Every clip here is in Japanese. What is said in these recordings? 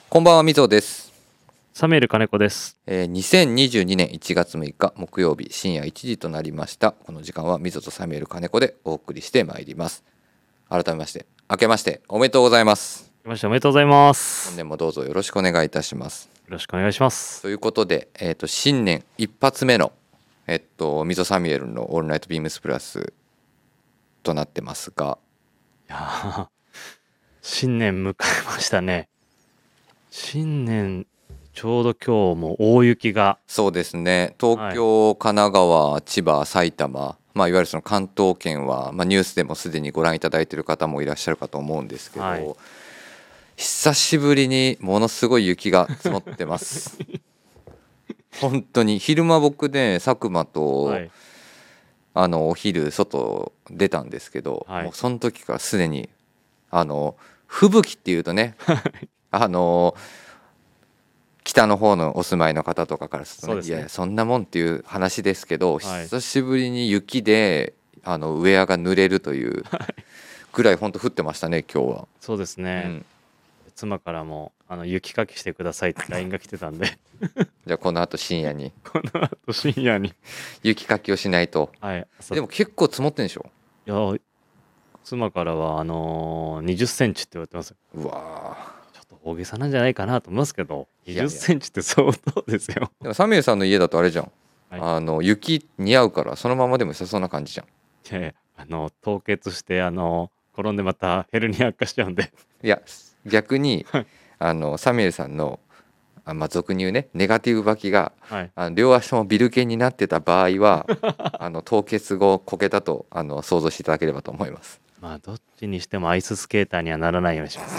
こんばんは、みぞです。 サミュエル金子です。 2022年1月6日木曜日深夜1時となりました。この時間はみぞとサミュエル金子でお送りしてまいります。改めまして明けましておめでとうございます。 明けましておめでとうございま本す。 年もどうぞよろしくお願いいたします。 よろしくお願いします。 ということで、新年一発目のみぞサミュエルのオールナイトビームスプラスとなってますが、 いやー新年迎えましたね。新年ちょうど今日も大雪が、 そうですね、東京、神奈川、千葉、埼玉、いわゆるその関東圏は、ニュースでもすでにご覧いただいている方もいらっしゃるかと思うんですけど、 はい久しぶりにものすごい雪が積もってます本当に昼間僕ね佐久間と、 はい、 お昼外出たんですけど、 はいもうその時からすでに吹雪っていうとねあの北の方のお住まいの方とかからするとね、 そうですねいやいやそんなもんっていう話ですけど、 はい久しぶりに雪でウェアが濡れるというぐらい本当降ってましたね今日は。 そうですね、妻からも雪かきしてくださいって LINE が来てたんでじゃあこの後深夜にこの後深夜に雪かきをしないと。 はいでも結構積もってんでしょ。 いや妻からは20センチって言われてますよ。 うわちょっと大げさなんじゃないかなと思いますけど、 いやいや 20センチって相当ですよ。 でもサミュエルさんの家だとあれじゃん、 はい雪似合うからそのままでも良さそうな感じじゃん。 いやいや凍結して転んでまたヘルニア悪化しちゃうんでいや逆にはいサミュエルさんの俗に言うねネガティブ履きがはい両足ともビル系になってた場合は凍結後こけたと想像していただければと思います。 まあどっちにしてもアイススケーターにはならないようにします。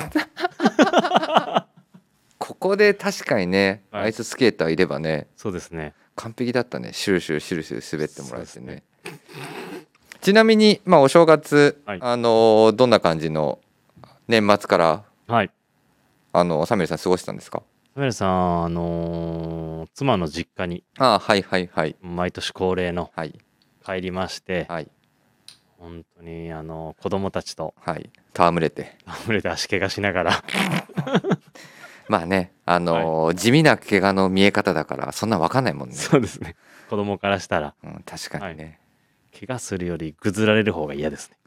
ここで確かにね、 はいアイススケーターいればねそうですね。 完璧だったね。シュルシュルシュルシュル滑ってもらえてそうね。ちなみにお正月、 はいどんな感じの年末からはい。 サミュエルさん過ごしたんですか。 サメルさん妻の実家にはいはいはい毎年恒例のはい帰りまして、 はい本当に子供たちとはい戯れて戯れて足怪我しながらまあね地味な怪我の見え方だからそんな分かんないもんね。 そうですね。子供からしたら確かにね、 怪我するよりぐずられる方が嫌ですね。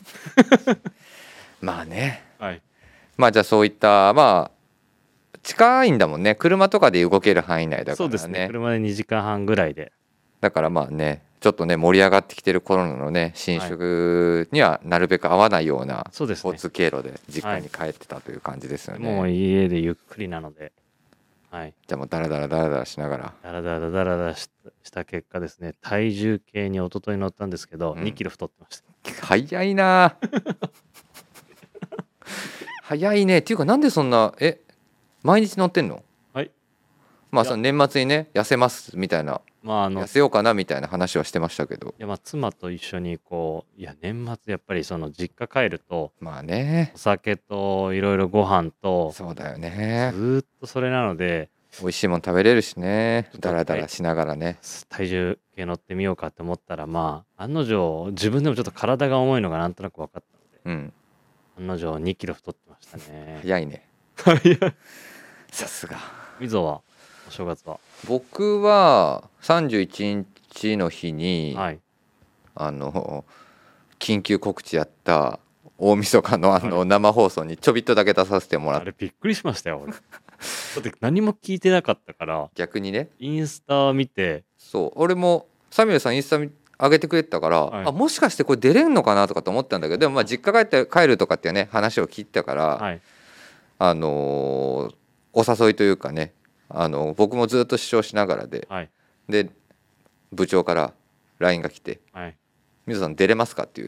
まあねはい。 じゃあそういった近いんだもんね。車とかで動ける範囲内だからね。 そうですね。車で2時間半ぐらいで。 だからちょっとね盛り上がってきてるコロナのね新宿にはなるべく合わないようなそうですね交通経路で実家に帰ってたという感じですよね。 もう家でゆっくりなので、はい。 じゃあもうダラダラダラダラしながら。 ダラダラダラダラした結果ですね、体重計に一昨日乗ったんですけど、 うん 2キロ太ってました。 早いな早いねっていうかなんでそんな毎日乗ってんの。 はい。 その年末にね痩せますみたいな、 まあ痩せようかなみたいな話はしてましたけど、 いやまあ妻と一緒にいや年末やっぱりその実家帰ると、 まあねお酒といろいろご飯と、 そうだよずね。 ーっとそれなので、 美味しいもん食べれるしね、 ちょっとダラダラしながらね。 体重計乗ってみようかって思ったら、まあ、案の定、自分でもちょっと体が重いのがなんとなく分かったので、 うん案の定2キロ太ってましたね。 早いね早い。 さすが。 みぞは、お正月は。 僕は31日の日に、 はい。 緊急告知やった大晦日のあれ生放送にちょびっとだけ出させてもらって、 あれびっくりしましたよ、俺。だって何も聞いてなかったから、 逆にね、 インスタ見て、 そう俺もサミュエルさんインスタ上げてくれてたから、 はいもしかしてこれ出れるのかなとかと思ったんだけど、でも実家帰るとかっていうね話を聞いたから、 はい。 お誘いというかね、僕もずっと視聴しながらはい。 で部長から LINE が来てはい。 「水野さん出れますか?」っていう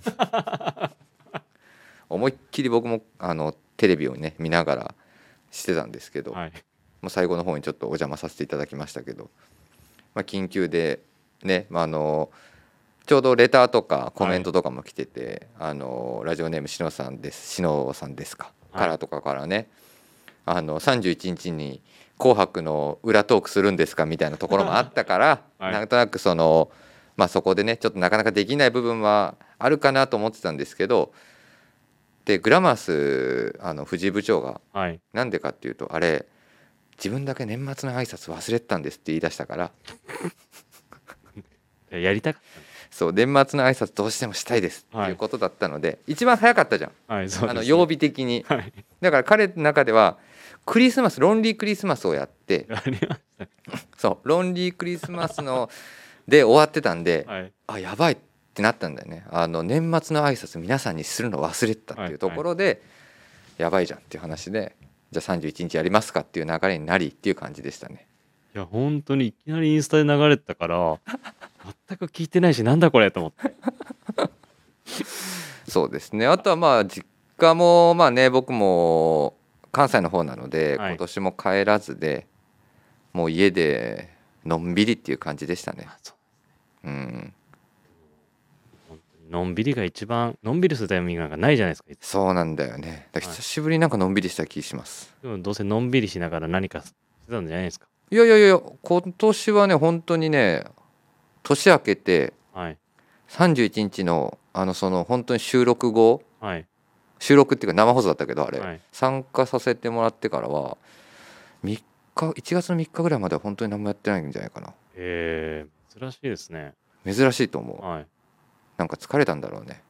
思いっきり僕もテレビをね見ながらしてたんですけど、 はい。 もう最後の方にちょっとお邪魔させていただきましたけど、緊急でね、ちょうどレターとかコメントとかも来てて、ラジオネームしのさんですか、 はいからとかからね、31日に「紅白」の裏トークするんですかみたいなところもあったから、 はいなんとなくそこでねちょっとなかなかできない部分はあるかなと思ってたんですけど、 でグラマラス藤井部長がはい。 なんでかっていうと、あれ自分だけ年末の挨拶忘れてたんですって言い出したから、 やりたかっそう年末の挨拶どうしてもしたいですっていうことだったので、一番早かったじゃん、 た。はい、そうです、ね。 曜日的に。 はい。 だから彼の中ではクリスマスロンリークリスマスをやってありました。 そうロンリークリスマスので終わってたんで、 はい。 あやばいってなったんだよね。年末の挨拶皆さんにするの忘れてたっていうところで、やばいじゃんっていう話で、じゃあ31日やりますかっていう流れになりっていう感じでしたね。 いや、本当にいきなりインスタで流れてたから、全く聞いてないし、なんだこれと思って。 そうですね。あとはまあ実家もまあね、僕も関西の方なので、 はい今年も帰らずでもう家でのんびりっていう感じでしたね。 あそううん本当にのんびりが一番、のんびりするタイミングなんかないじゃないですか。いつそうなんだよね。だからはい久しぶりになんかのんびりした気します。 でもどうせのんびりしながら何かしてたんじゃないですか。 いやいやいや、今年はね本当にね、年明けてはい。 31日のその本当に収録後、 はい。 収録っていうか生放送だったけどあれ、 はい。 参加させてもらってからは1月の3日ぐらいまでは本当に何もやってないんじゃないかな。 珍しいですね。 珍しいと思う。 はい。 なんか疲れたんだろうね。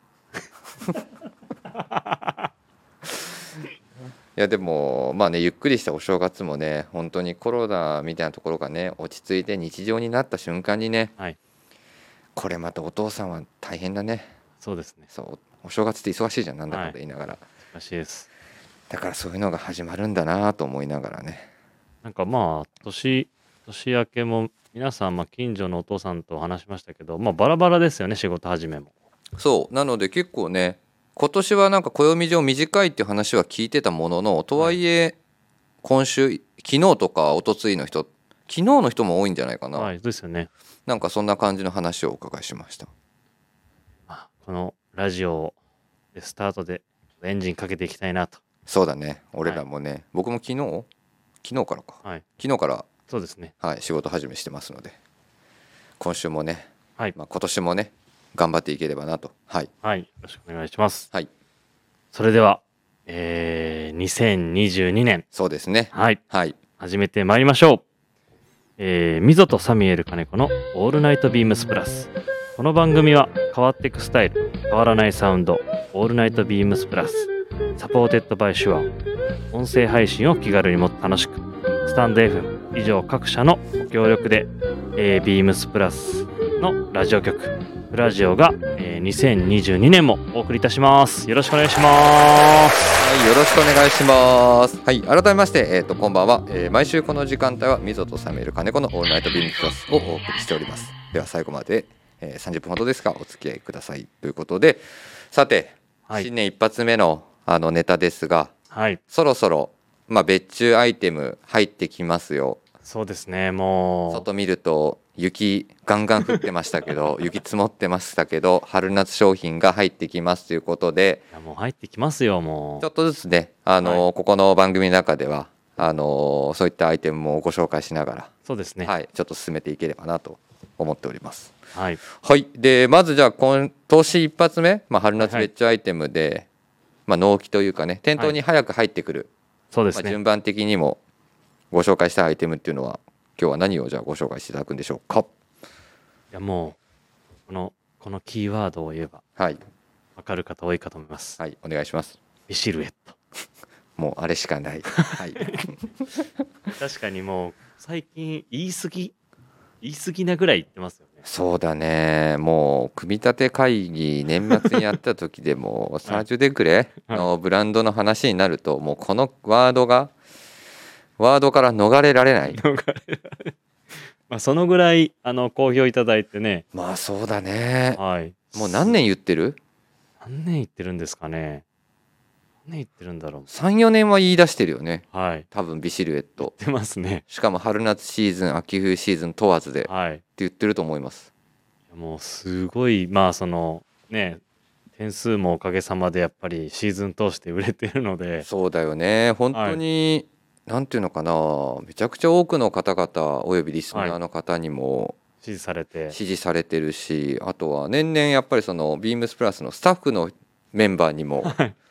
いやでもまあね、ゆっくりしたお正月もね、本当にコロナみたいなところがね落ち着いて日常になった瞬間にね、 はい。 これまたお父さんは大変だね。 そうですね。 そうお正月って忙しいじゃん、なんだかんだ言いながら、 難しいです。 だからそういうのが始まるんだなと思いながらね。 なんかまあ、年明けも皆さん、まあ、近所のお父さんと話しましたけど、まあ、バラバラですよね、仕事始めも。 そうなので結構ね、今年はなんか暦上短いっていう話は聞いてたものの、とはいえ今週昨日とか一昨日の人、昨日の人も多いんじゃないかな、 はい、そうですよね。 なんかそんな感じの話をお伺いしました。 まあこのラジオでスタートでエンジンかけていきたいなと。 そうだね、俺らもね、僕も昨日からか、 はい、 昨日から、 そうですね。 はい、仕事始めしてますので、今週もね、 はい、 まあ、今年もね頑張っていければなと。はいはい、よろしくお願いします。 はい、 それでは、2022年、 そうですね。 はい、 はい始めてまいりましょう。溝とサミュエル金子のオールナイトビームスプラス。この番組は変わっていくスタイル、変わらないサウンド、オールナイトビームスプラス。サポーテッドバイシュア。音声配信を気軽にもっと楽しく。スタンド FM 以上各社のご協力で、ビームスプラスのラジオ局、プラジオが、2022年もお送りいたします。よろしくお願いします。 はい、よろしくお願いします。はい、改めまして、こんばんは、毎週この時間帯は溝とサミュエル金子のオールナイトビームスプラスをお送りしております。では最後まで、30分ほどですがお付き合いくださいということで、さて、 はい新年一発目のネタですが、 はい、 そろそろ、まあ、別注アイテム入ってきますよ。 そうですね、もう。 外見ると雪ガンガン降ってましたけど雪積もってましたけど、春夏商品が入ってきますということで、 いやもう入ってきますよ、もう。 ちょっとずつね、 はいここの番組の中ではそういったアイテムもご紹介しながら、 そうですね。 はい、ちょっと進めていければなと思っております。 はい。 はい、でまずじゃあ今年一発目、まあ、春夏はいはい別注アイテムで、まあ、納期というかね、店頭に早く入ってくる、まあ、 そうですね。 順番的にもご紹介したアイテムっていうのは、今日は何をじゃあご紹介していただくんでしょうか。 いやもう、このキーワードを言えば、 はい、 わかる方多いかと思います。 はい、お願いします。 ビシルエット。 もうあれしかない。はい、 確かにもう、最近言い過ぎなぐらい言ってますよね。 そうだね、もう組み立て会議年末にやった時でもサージュデクレのブランドの話になると、もうこのワードから逃れられない。 まあそのぐらい好評いただいてね。 まあそうだね。 はい。 もう何年言ってる何年言ってるんですかね。何年言ってるんだろう。 3、4年は言い出してるよね、 はい。 多分ビシルエット。 言ってますね。 しかも春夏シーズン秋冬シーズン問わずでってはい。 言ってると思います。 もうすごい、まあそのね、点数もおかげさまでやっぱりシーズン通して売れてるので。 そうだよね、本当に、なんていうのかな、めちゃくちゃ多くの方々およびリスナーの方にも支持されて。 支持されてるし、あとは年々やっぱりそのビームスプラスのスタッフのメンバーにも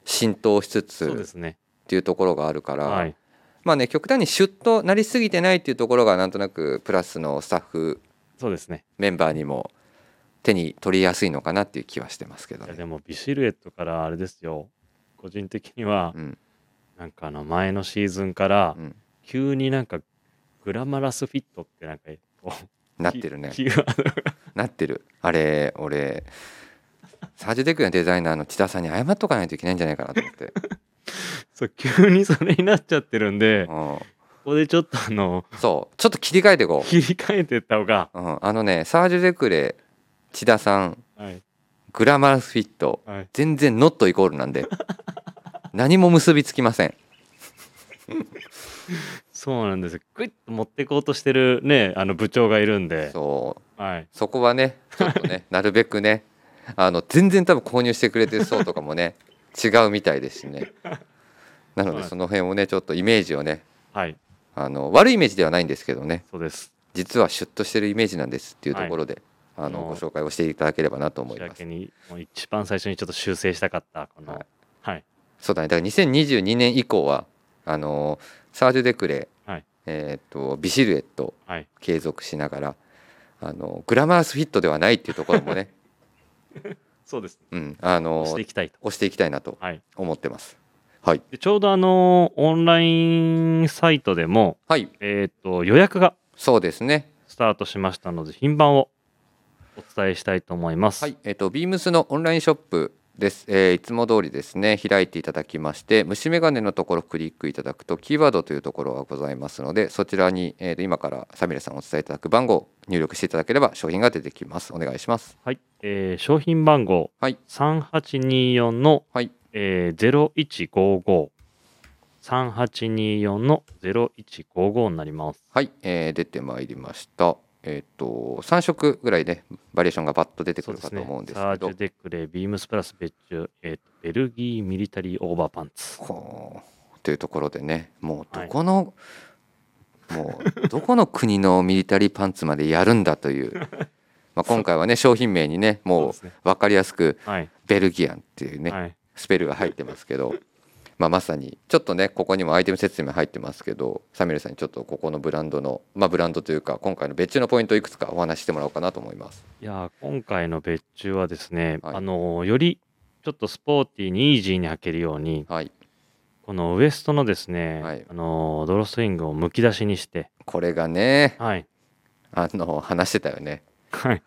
浸透しつつっそうですね。 ていうところがあるから、 はい。 まあね極端にシュッとなりすぎてないっていうところがなんとなくプラスのスタッフそうですね。 メンバーにも手に取りやすいのかなっていう気はしてますけどいやね。 でもビシルエットからあれですよ。個人的にはうんなんか前のシーズンからうん、 急になんかグラマラスフィットってなんかこうなってるね。 キーワードがなってる。あれ俺サージュテクのデザイナーの千田さんに謝っとかないといけないんじゃないかなと思って。 そう急にそれになっちゃってるんで、 うん、 ここでちょっとそうちょっと切り替えていこ切り替えていった方が、 う、サージュテクレ千田さんはいグラマラスフィットはい、 全然ノットイコールなんで何も結びつきません。 そうなんですよ。グイッと持っていこうとしてるね部長がいるんで、はいそこはねちょっとねなるべくね全然多分購入してくれてる層とかもね違うみたいですしね。なのでその辺をねちょっとイメージをねはい悪いイメージではないんですけどね、 そうです。 実はシュッとしてるイメージなんですっていうところで、 はいご紹介をしていただければなと思います。 年明けにもう一番最初にちょっと修正したかったこのはいはいそうだね、だから2022年以降はサージュ・デクレ、 はいビシルエットはい継続しながらグラマラスフィットではないっていうところもねそうです。 うん押していきたいと。 押していきたいなとはい。 思ってます。はいでちょうどオンラインサイトでもはい予約がそうですね。 スタートしましたので品番をお伝えしたいと思います。 はいビームスのオンラインショップです、いつも通りですね開いていただきまして虫眼鏡のところクリックいただくとキーワードというところがございますのでそちらに、今からサミュレさんお伝えいただく番号を入力していただければ商品が出てきます。お願いします。 はい、商品番号はい 3824の、 はい 0155 3824の0155になります。 はい、出てまいりました。3色ぐらいねバリエーションがパッと出てくるかとそうですね。 思うんですけど、 サージュデクレビームスプラス別注、ベルギーミリタリーオーバーパンツ。 というところでねもうどこの、もうどこの国のミリタリーパンツまでやるんだというまあ今回はね商品名にねもう分かりやすくはいベルギアンっていうね、 はいスペルが入ってますけど、まさにちょっとねここにもアイテム説明入ってますけどサミュエルさんにちょっとここのブランドのブランドというか今回の別注のポイントをいくつかお話ししてもらおうかなと思います。 いやー今回の別注はですね、 はいよりちょっとスポーティーにイージーに履けるように、 はいこのウエストのですね、 はいドロースイングをむき出しにして、 これがねはい話してたよねはい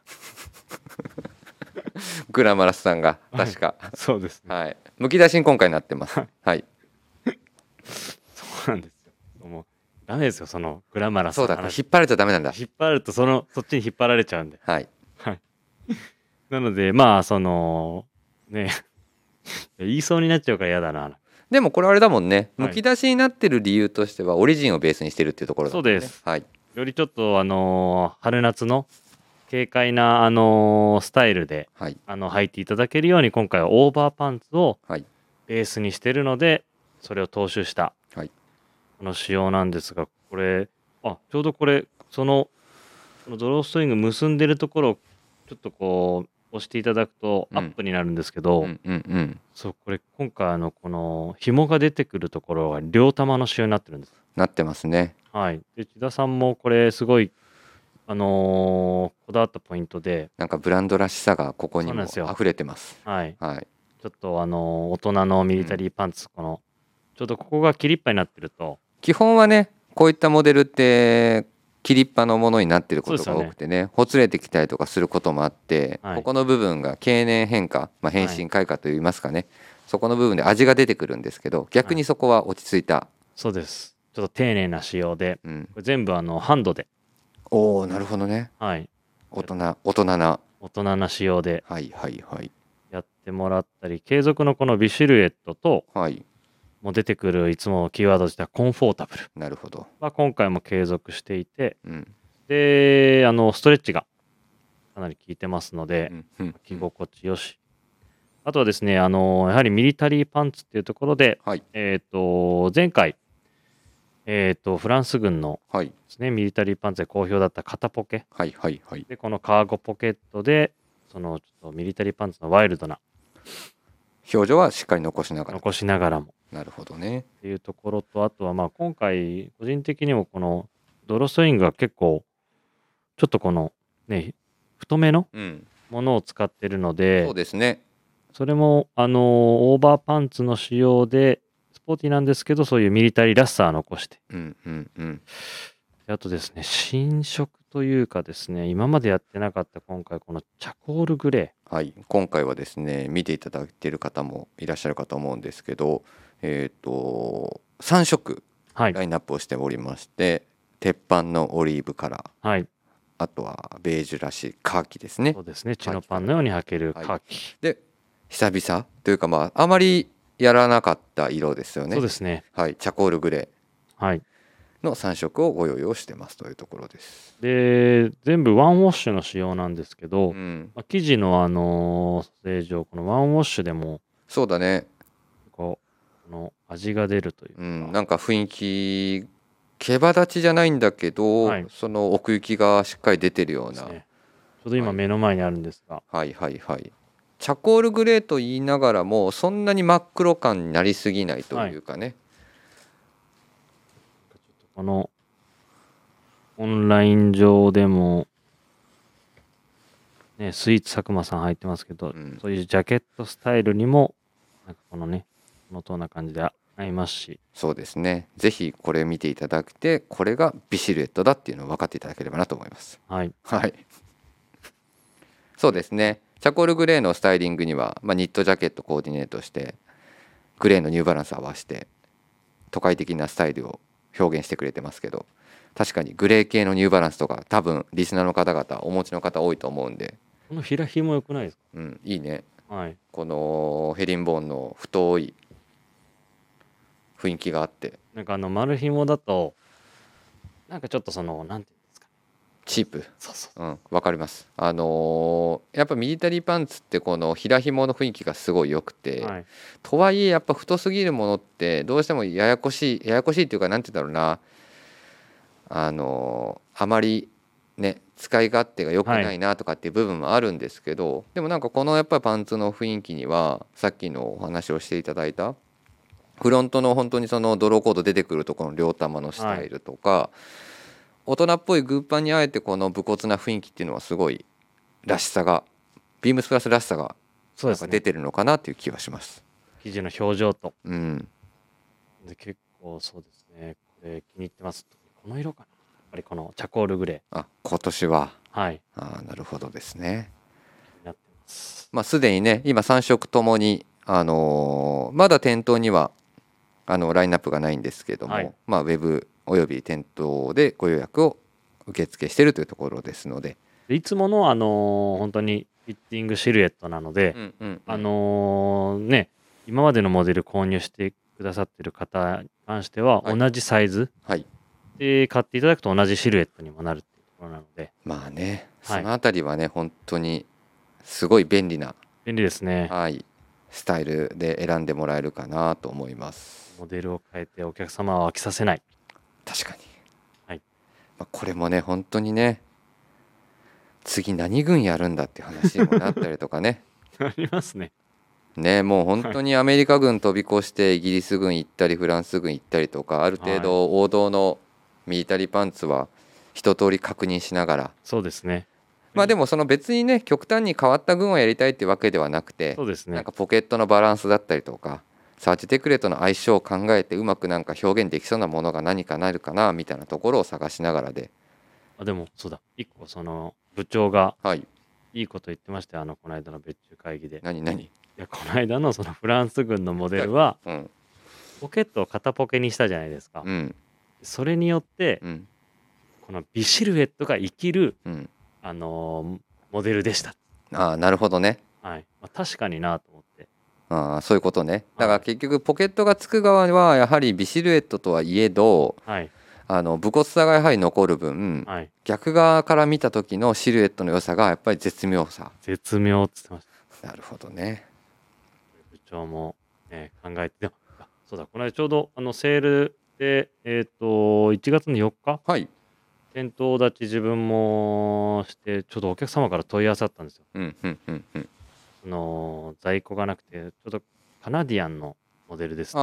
グラマラスさんが確かそうですね。 はい、むき出しに今回なってます。はいそうなんですよ。もうダメですよそのグラマラスそうだの話。 引っ張るとダメなんだ。 引っ張るとそっちに引っ張られちゃうんで。 はいはい。なのでね言いそうになっちゃうから嫌だな。 でもこれあれだもんね、 はいむき出しになってる理由としてはオリジンをベースにしてるっていうところだもんね。 そうですはいよりちょっと春夏の軽快なスタイルではい履いていただけるように今回はオーバーパンツをはいベースにしてるのでそれを踏襲したはいこの仕様なんですが、これちょうどこれこのドローストリング結んでるところをちょっとこう押していただくとアップになるんですけど、 うんうんうんそうこれ今回この紐が出てくるところが両玉の仕様になってるんです。 なってますね。 はい。で千田さんもこれすごいこだわったポイントで、 なんかブランドらしさがここにもそうなんですよ溢れてます。 はい。 はいちょっと大人のミリタリーパンツ、このちょうどここが切りっぱになってると、 基本はねこういったモデルって切りっぱのものになってることがそうですよね多くてねほつれてきたりとかすることもあって、 はいここの部分が経年変化、変身開花といいますかね、そこの部分で味が出てくるんですけど逆にそこは落ち着いた、 そうです。ちょっと丁寧な仕様で、 うん、 これ全部ハンドで、 おおなるほどね。 はい。 大人な大人な仕様ではいはいはいやってもらったり、継続のこのビシルエットと、 はいもう出てくるいつもキーワードとしてはコンフォータブルなるほど、 は今回も継続していて、 うんで、ストレッチがかなり効いてますので、 うんうん着心地よし。あとはですね、やはりミリタリーパンツっていうところで、 はい前回、フランス軍のはいですね、ミリタリーパンツで好評だった肩ポケ。 はいはいはいで、このカーゴポケットで、ちょっとミリタリーパンツのワイルドな表情はしっかり残しながら。 残しながらもなるほどね。 っていうところと、あとはまあ今回個人的にもこのドロースイングが結構ちょっとこのね太めのうん。 ものを使ってるのそうで、 ですね。 それもオーバーパンツの仕様でスポーティーなんですけど、そういうミリタリーらしさを残して、 うんうんうん。 であとですね、新色というかですね、今までやってなかった今回このチャコールグレはい、今回はですね見ていただいている方もいらっしゃるかと思うんですけど、3色ー、はいラインナップをしておりまして、鉄板のオリーブカラー、 はい、 あとはベージュらしいカーキですねそう。ですね、チノパンのように履けるカーキ、 で久々というか、まああまりやらなかった色ですよね。 そうですね、 はい、チャコールグレはい。 ーの3色をご用意をしてますというところです。 で、全部ワンウォッシュの仕様なんですけど、 うん、 生地の正常、このワンウォッシュでもそうだね。 この味が出るというか、 なんか雰囲気毛羽立ちじゃないんだけど、 はいその奥行きがしっかり出てるような、 ですね。ちょうど今目の前にあるんですが、 はいはいはいチャコールグレーと言いながらもそんなに真っ黒感になりすぎないというかね、 ちょっとこのオンライン上でも、ね、スイーツ佐久間さん入ってますけど、 うんそういうジャケットスタイルにも、なんかこのね、このような感じで合いますし、 そうですね、ぜひこれ見ていただいて、これがビシルエットだっていうのを分かっていただければなと思います。 はい。 はいそうですね、チャコールグレーのスタイリングには、ニットジャケットコーディネートしてグレーのニューバランス合わせて都会的なスタイルを表現してくれてますけど、確かにグレー系のニューバランスとか多分リスナーの方々お持ちの方多いと思うんで、 この平ひも良くないですいいね。 か？はい。 このヘリンボーンの太い雰囲気があって、 なんか丸ひもだと、なんかちょっとなんていうんですか。 チープ。 そうそう。 わかります。やっぱミリタリーパンツってこの平紐の雰囲気がすごい良くて、 はい。 とはいえやっぱ太すぎるものってどうしてもややこしいっていうか、なんて言うんだろうな、あまりね使い勝手が良くないなとかっていう部分もあるんですけど、でもなんかこのやっぱりパンツの雰囲気にはさっきのお話をしていただいたフロントの本当にそのドローコード出てくるところの両玉のスタイルとか、大人っぽいグーパンにあえてこの武骨な雰囲気っていうのはすごいらしさが、ビームスプラスらしさがなんか出そうですね。 てるのかなっていう気はします。 生地の表情と。 うんで、結構そうですね。これ気に入ってます。この色かな。やっぱりこのチャコールグレ今年はー。はい。 なるほどですね。 気になってます。 すでにね今3色ともに、まだ店頭にはラインナップがないんですけども、 はいウェブおよび店頭でご予約を受付しているというところですので、 でいつもの本当にフィッティングシルエットなので、ね、今までのモデル購入してくださってる方に関しては、 はい同じサイズはいで買っていただくと同じシルエットにもなるっていうところなので、 まあねはいそのあたりはね本当にすごい便利な、 便利ですね。 スタイルで選んでもらえるかなと思います。 モデルを変えてお客様を飽きさせない。 確かに、 はいこれもね本当にね次何軍やるんだっていう話にもなったりとかねありますね。 もう本当にアメリカ軍飛び越してイギリス軍行ったりフランス軍行ったりとか、ある程度王道のミリタリーパンツは一通り確認しながら、 そうですね。 でもその別にね極端に変わった軍をやりたいっていうわけではなくて、 そうですね。 なんかポケットのバランスだったりとかサーチテクレとの相性を考えてうまくなんか表現できそうなものが何かなるかなみたいなところを探しながらで、 でもそうだ、一個部長がはいいいこと言ってましたよ、この間の別注会議で。 何いや、この間のそのフランス軍のモデルは、 うんポケットを片ポケにしたじゃないですか。 うんそれによって、 うんこのビシルエットが生きる、 うんモデルでした。 なるほどね。 はい。確かになと思って。 そういうことね。だから結局ポケットがつく側はやはりビシルエットとはいえど、 はい。 武骨さがやはり残る分、 はい。 逆側から見た時のシルエットの良さがやっぱり絶妙さ。 絶妙って言ってました。 なるほどね。 部長も、考えて、でもそうだ、この間ちょうどセールで、1月の4日、 はい。 店頭立ち自分もして、ちょうどお客様から問い合わせあったんですよ。 うんうんうんうん。 在庫がなくて、ちょっとカナディアンのモデルですね。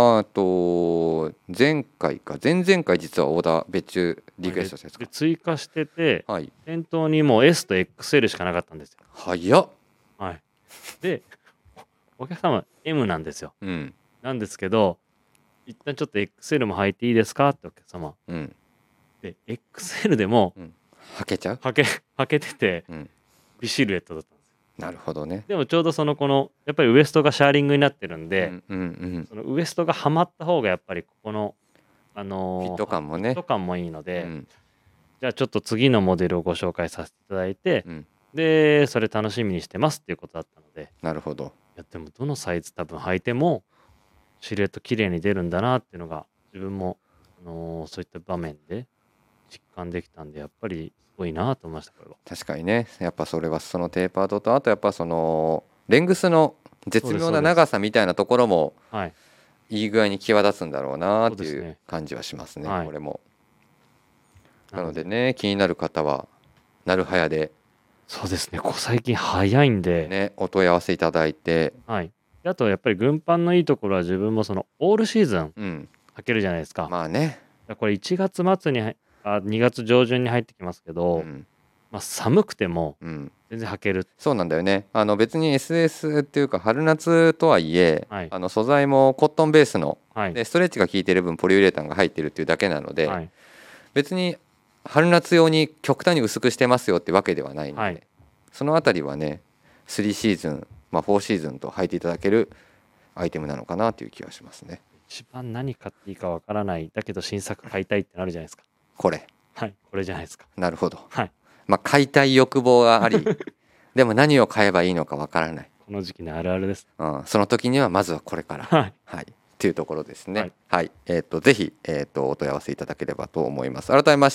前回か前々回実はオーダー別注リクエストしたやつでか。 追加してて、 はい。 店頭にもう S と XL しかなかったんですよ。 早っ。 はい。で、お客様 M なんですよ。 うんなんですけど、一旦ちょっと XL も履いていいですかってお客様。 うんで、XL でもはけちゃう。 履けてて、 うんビシルエットだったんですよ。 なるほどね。 でもちょうどそのこの、やっぱりウエストがシャーリングになってるんで、そのウエストがはまった方がやっぱりここの、 フィット感もねフィット感もいいのうで、 んじゃあちょっと次のモデルをご紹介させていただいて、 うんで、それ楽しみにしてますっていうことだったので、 なるほど。 いやでもどのサイズ多分履いてもシルエット綺麗に出るんだなっていうのが自分も、そういった場面で実感できたんで、やっぱりすごいなと思いました、これは。 確かにね、やっぱそれはそのテーパードと、あとやっぱそのレングスの絶妙な長さみたいなところもはい。 いい具合に際立つんだろうなっていうそうですね感じはしますね、 はいこれも。なのでね、気になる方はなるはやでそうですね、ここ最近早いんで、 ねお問い合わせいただいて、 はい。であとやっぱり軍パンのいいところは自分もそのオールシーズンうん履けるじゃないですか。 まあね、 だからこれ1月末に2月上旬に入ってきますけうど、 んまあ、寒くてもうん、 全然履ける。 そうなんだよね。別に SS っていうか春夏とはいえ、 はい素材もコットンベースのはい。 でストレッチが効いてる分ポリウレタンが入ってるっていうだけなので、 はい。 別に春夏用に極端に薄くしてますよってわけではないので、 はいそのあたりはね3シーズン、4シーズンと履いていただけるアイテムなのかなという気がしますね。 一番何買っていいかわからない。だけど新作買いたいってなるじゃないですか。 これはい。これじゃないですか。 なるほど。 はい。 買いたい欲望がありでも何を買えばいいのかわからない、 この時期のあるあるです。 その時にはまずはこれからはい。 はいっていうところですね。 ははいい、ぜひ、お問い合わせいただければと思います。改めまして、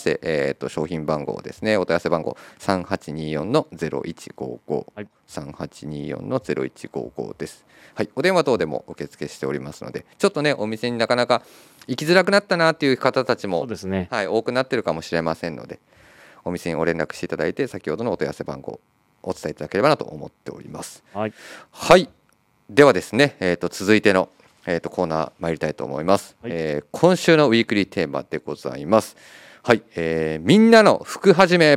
商品番号ですね。お問い合わせ番号3824-0155、 はい 3824-0155です。はい、お電話等でも受付しておりますので、ちょっとねお店になかなか行きづらくなったなっていう方たちそもうですね。 はい、多くなってるかもしれませんので、お店にお連絡していただいて先ほどのお問い合わせ番号お伝えいただければなと思っております。 はい。 はい、ではですね、続いての、コーナー参りたいと思います、 はい今週のウィークリーテーマでございます。はい、みんなの服はじめ。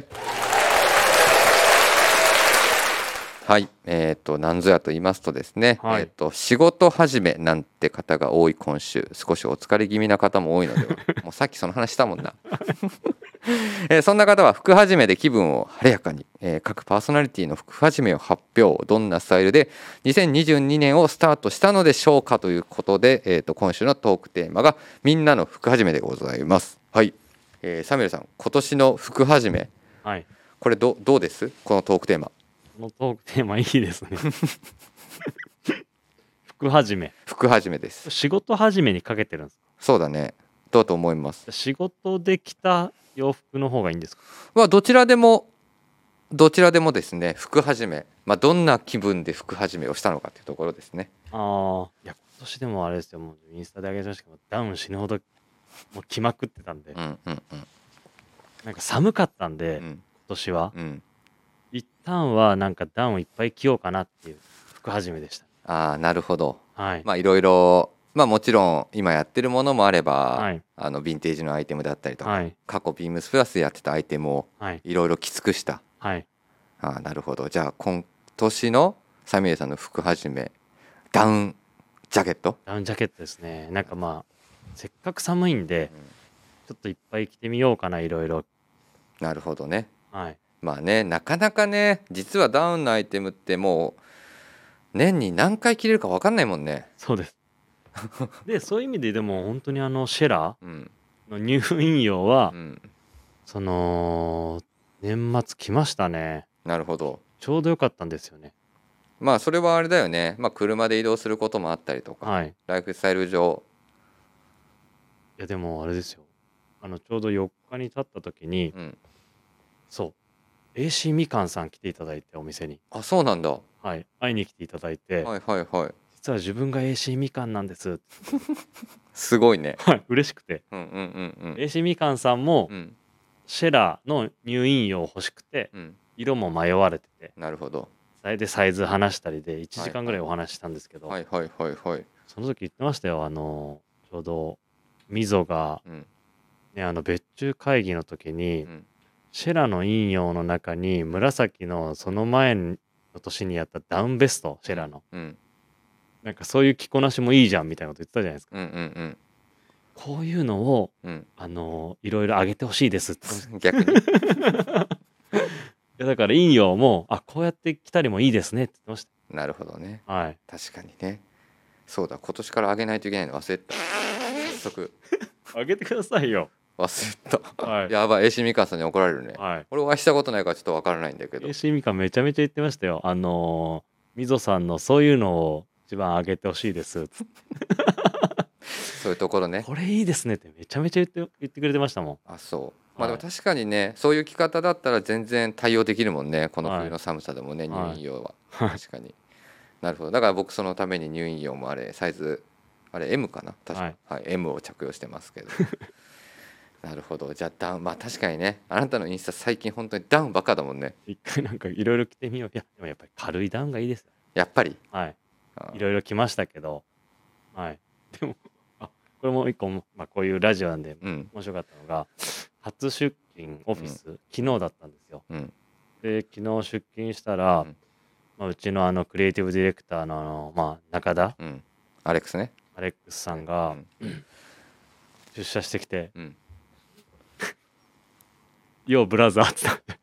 はい、何ぞやと言いますとですね、 はい仕事始めなんて方が多い今週、少しお疲れ気味な方も多いのではもうさっきその話したもんなそんな方は服始めで気分を晴れやかに、各パーソナリティの服始めを発表、どんなスタイルで2022年をスタートしたのでしょうかということで、今週のトークテーマがみんなの服始めでございます。はい、サミュエルさん、今年の服始めはい。 これどうですこのトークテーマ。 このトークテーマいいですね。服始め。 服始めです。 仕事始めにかけてるんですか？ そうだね、どうと思います。 仕事で着た洋服の方がいいんですか？ どちらでもですね、服始め、どんな気分で服始めをしたのかというところですね。 いや、今年でもあれですよ、もうインスタで上げましたけど、ダウン死ぬほどもう着まくってたんで、 うんうんなんか寒かったんで、 うん今年は、 うん一旦はなんかダウンいっぱい着ようかなっていう服始めでした。 なるほど。 はい。 いろいろ、もちろん今やってるものもあれば、 はいヴィンテージのアイテムだったりとか、 はい。 過去ビームスプラスでやってたアイテムをはい。 いろいろ着尽くした。 はい。 なるほど。じゃあ今年のサミュエルさんの服始め、ダウンジャケット。 ダウンジャケットですね。なんかせっかく寒いんで、ちょっといっぱい着てみようかな、いろいろ。 なるほどね。 はい。 なかなかね、実はダウンのアイテムってもう年に何回着れるか分かんないもんね。 そうです。で、そういう意味ででも本当にシェラうんの入院用は、 うんその、年末来ましたね。 なるほど。 ちょうどよかったんですよね。 それはあれだよね。車で移動することもあったりとか、 はい。いライフスタイル上。 や、でもあれですよ。ちょうど4日に経った時に、 うんそう、AC みかんさん来ていただいて、お店に。 そうなんだ。ははい。会いに来ていただいて、 いはいはい。 実は自分が AC みかんなんです。 すごいね。 はい。嬉しくて。 うんうんうんうん AC みかんさんも、シェラの入院用欲しくて、 うん。 色も迷われてて、 なるほど。 でサイズ話したりで1時間ぐらいお話ししたんですけど、 はいはいはいはい。 その時言ってましたよ。ちょうどみぞがうんね、別注会議の時に、 うんシェラの陰陽の中に紫のその前の年にやったダウンベスト、シェラの。 うんなんかそういう着こなしもいいじゃんみたいなこと言ってたじゃないですか。 うんうんこういうのを、 うんいろいろ上げてほしいですって言ってまし逆にた。いやだから陰陽も、こうやって着たりもいいですねって言ってましなるほどね。 た。はい。 確かにね。そうだ、今年から上げないといけないの忘れてた。早速上げてくださいよ。 忘れてた。 はい。 やばい、エシミカさんに怒られるね。 はい。 俺お会いしたことないからちょっとわからないんだけど。 AC ミカめちゃめちゃ言ってましたよ。みぞさんのそういうのを一番上げてほしいですっつって。 そういうところね。 これいいですねってめちゃめちゃ言ってくれてましたもん。 あ、そう。まあでもはい確かにね、そういう着方だったら全然対応できるもんね、このはい冬の寒さでもね、 はい入院用は。 はい確かに。なるほど。だから僕そのために入院用もあれサイズあれ M かな、確か、はい、M を着用してますけど。なるほど。じゃあダウン、まあ確かにね、あなたのインスタ最近本当にダウンばっかだもんね。 一回なんかいろいろ着てみよう。いや、でもやっぱり軽いダウンがいいですよ。 やっぱり。 はい。 あいろいろ着ましたけど、はい。でも、これも一個、こういうラジオなんでうん面白かったのが、初出勤オフィス、昨日だったんですよ。 うんで、昨日出勤したら、 うんうちのクリエイティブディレクターの中田、 うん。アレックスね。 アレックスさんがうん出社してきて、 うん。 ようブラザーって言った。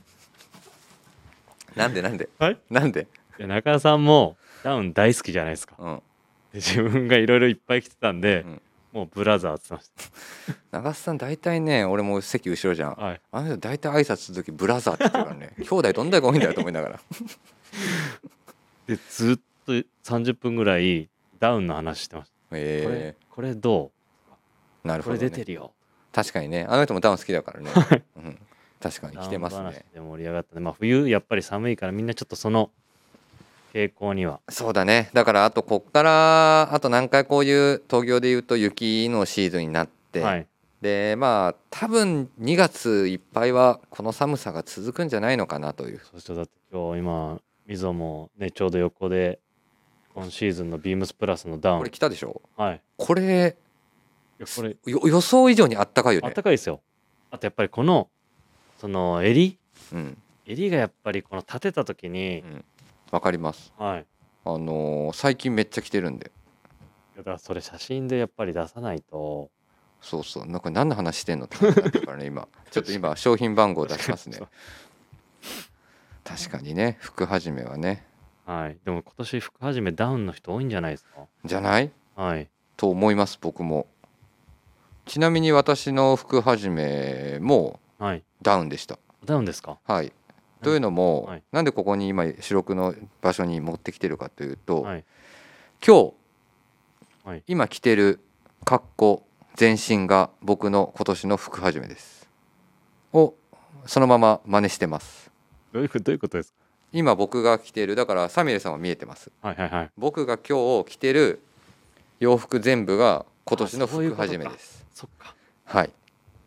なんでなんではいなんで。 で中田さんもダウン大好きじゃないですか。 うん。 で自分がいろいろいっぱい着てたんで、 うんもうブラザーって言って長瀬さん大体ね、俺も席後ろじゃん。 ました。はい。 あの人大体挨拶する時ブラザーって言ってるからね。兄弟どんだけ多いんだよと思いながら。 でずっと30分ぐらいダウンの話してました。 えこれどー、なう？これるほど、ね。 出てるよ。 確かにね、あの人もダウン好きだからね。うん、確かに着てますダウンね。 話で盛り上がったね。冬やっぱり寒いからみんなちょっとその傾向には。 そうだね。だからあとこっからあと何回こういう東京でいうと雪のシーズンになって、 はい。 でまあ多分2月いっぱいはこの寒さが続くんじゃないのかなという。 そうそう、だって今日今みぞもねちょうど横で今シーズンのビームスプラスのダウン。 これ来たでしょ。 はい。いこれやこれ予想以上にあったかいよあっね。 たかいですよ。あとやっぱりこのその襟うんがやっぱりこの立てた時うに、 ん、わかります。 はい。 最近めっちゃ着てるんで。 だからそれ写真でやっぱり出さないと。 そうそう、なんか何の話してんのって話になってるからね今。ちょっと今商品番号出しますね。確かにね、服始めはね。 はい。でも今年服始めダウンの人多いんじゃないですか。 じゃないはい。 と思います僕も。ちなみに私の服始めもはい。 ダウンでした。 ダウンですか。 はい。というのも、 はいなんでここに今主録の場所に持ってきてるかというと、 はい。 今日、 はい今着てる格好全身が僕の今年の服始めですをそのまま真似してます。 どういうことです今僕が着てる、だからサミュエルさんは見えてます。 か。はいはいはい。 僕が今日着てる洋服全部が今年の服あそういうことか始めです。 そっか。 はい。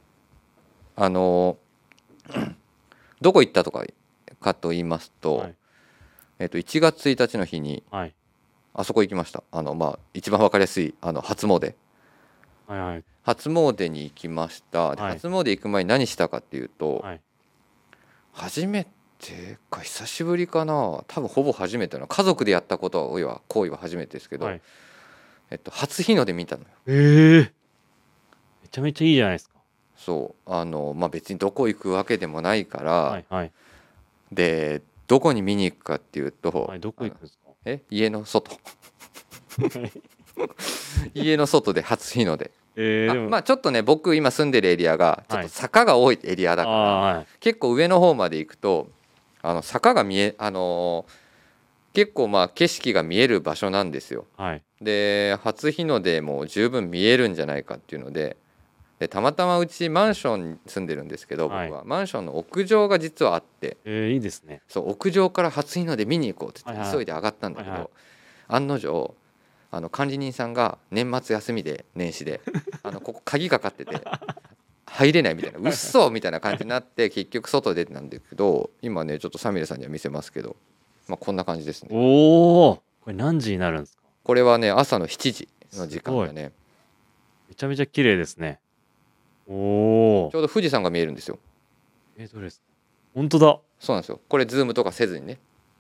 どこ行ったとかと言いますと、 はい 1月1日の日にはいあそこ行きました。一番わかりやすい初詣。 はいはい初詣に行きました。ではい初詣行く前に何したかっていうと、 はい。 初めてか久しぶりかな、多分ほぼ初めての家族でやったことは行為は初めてですけど、 はい初日の出見たのよ。 めちゃめちゃいいじゃないですか。 そう別にどこ行くわけでもないから、 はいはいでどこに見に行くかっていうと、 はい。どこ行くんですか。 家の外家の外で初日の出。 でもちょっとね僕今住んでるエリアがちょっと坂が多いエリアだから、 はい結構上の方まで行くと坂が結構景色が見える場所なんですよ。 はいで初日の出も十分見えるんじゃないかっていうので、たまたまうちマンションに住んでるんですけど、 はい僕はマンションの屋上が実はあって、 いいですね。 そう屋上から初日の出見に行こうって言ってはいはい急いで上がったんだけど、 はいはい案の定管理人さんが年末休みで年始でここ鍵かかってて入れないみたいな、うっそみたいな感じになって結局外出てたんだけど、今ねちょっとサミュエルさんには見せますけど、 まあこんな感じですね。 おお、これ何時になるんですか？ これはね朝の7時の時間だね。 めちゃめちゃ綺麗ですね。おおちょ。うど富士山が見えるんですよ。 どれですか？本当だ。 そうなんですよ。これズームとかせずにね。